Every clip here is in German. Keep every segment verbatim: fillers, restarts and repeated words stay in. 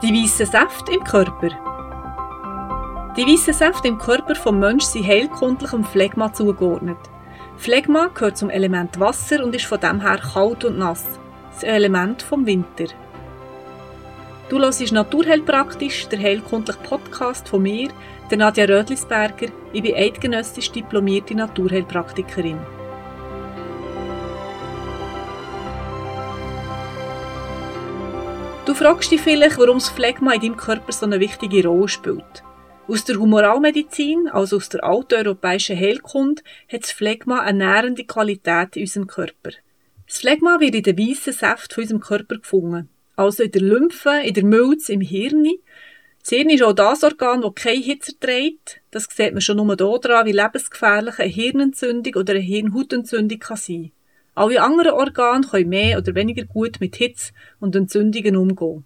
Die weißen Säfte im Körper. Die weißen Säfte im Körper des Menschen sind heilkundlichem Phlegma zugeordnet. Phlegma gehört zum Element Wasser und ist von dem her kalt und nass. Das Element vom Winter. Du hörst Naturheilpraktisch, der heilkundliche Podcast von mir, der Nadja Rödlisberger. Ich bin eidgenössisch diplomierte Naturheilpraktikerin. Du fragst dich vielleicht, warum das Phlegma in deinem Körper so eine wichtige Rolle spielt. Aus der Humoralmedizin, also aus der alteuropäischen Heilkunde, hat das Phlegma eine nährende Qualität in unserem Körper. Das Phlegma wird in den weißen Säften von unserem Körper gefunden, also in der Lymphe, in der Milz, im Hirn. Das Hirn ist auch das Organ, das keine Hitze trägt. Das sieht man schon nur daran, wie lebensgefährlich eine Hirnentzündung oder eine Hirnhautentzündung kann sein. Alle anderen Organe können mehr oder weniger gut mit Hitze und Entzündungen umgehen.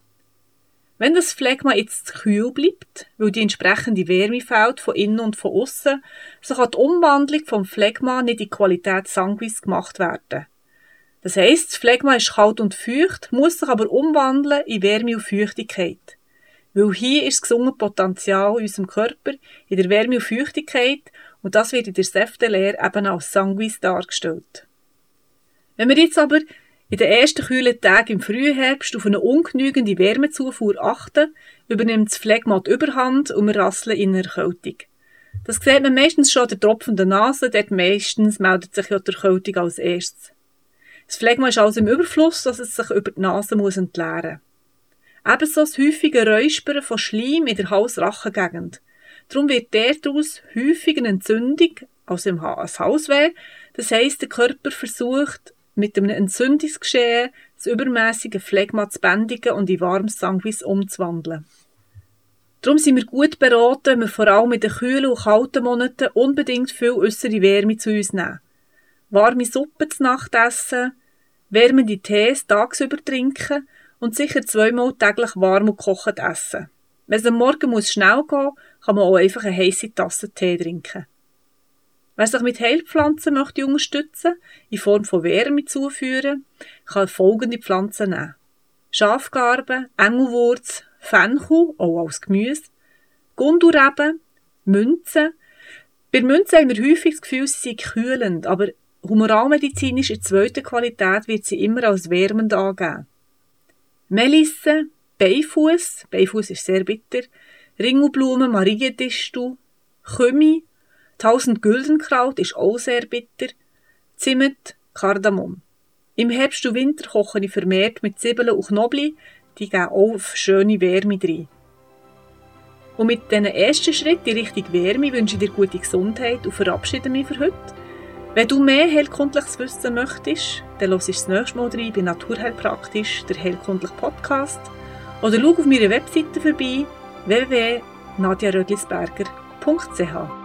Wenn das Phlegma jetzt kühl bleibt, weil die entsprechende Wärme fehlt von innen und von außen, so kann die Umwandlung vom Phlegma nicht in Qualität Sanguis gemacht werden. Das heisst, das Phlegma ist kalt und feucht, muss sich aber umwandeln in Wärme und Feuchtigkeit. Weil hier ist das gesunde Potenzial in unserem Körper, in der Wärme und Feuchtigkeit, und das wird in der Säftelehre eben als Sanguis dargestellt. Wenn wir jetzt aber in den ersten kühlen Tagen im Frühherbst auf eine ungenügende Wärmezufuhr achten, übernimmt das Phlegma die Überhand und wir rasseln in einer Erkältung. Das sieht man meistens schon an der tropfenden Nase, dort meistens meldet sich ja die Erkältung als erstes. Das Phlegma ist also im Überfluss, dass es sich über die Nase muss entleeren muss. Ebenso das häufige Räuspern von Schleim in der Hals-Rachen-Gegend. Darum wird daraus häufig eine Entzündung, also im Halsweh. Das heisst, der Körper versucht, mit einem Entzündungsgeschehen das übermässige Phlegma zu bändigen und in warmes Sanguis umzuwandeln. Darum sind wir gut beraten, wenn wir vor allem in den kühlen und kalten Monaten unbedingt viel äußere Wärme zu uns nehmen. Warme Suppe zu Nacht essen, wärmende Tees tagsüber trinken und sicher zweimal täglich warm und gekocht essen. Wenn es am Morgen muss schnell gehen, kann man auch einfach eine heisse Tasse Tee trinken. Wer sich mit Heilpflanzen möchte unterstützen, in Form von Wärme zuführen, kann folgende Pflanzen nehmen. Schafgarbe, Engelwurz, Fenchel, auch als Gemüse, Gundurreben, Münzen. Bei Münzen haben wir häufig das Gefühl, sie sind kühlend, aber humoralmedizinisch in zweiter Qualität wird sie immer als wärmend angegeben. Melisse, Beifuß, Beifuß ist sehr bitter, Ringelblume, Mariendistel, Kümi, Tausend Güldenkraut ist auch sehr bitter, Zimt, Kardamom. Im Herbst und Winter koche ich vermehrt mit Zwiebeln und Knoblauch, die geben auch schöne Wärme rein. Und mit diesen ersten Schritt in Richtung Wärme wünsche ich dir gute Gesundheit und verabschiede mich für heute. Wenn du mehr heilkundliches Wissen möchtest, dann hörst du das nächste Mal rein bei Naturheilpraktisch, der heilkundliche Podcast. Oder schau auf meiner Webseite vorbei, w w w punkt nadja rödlisberger punkt c h.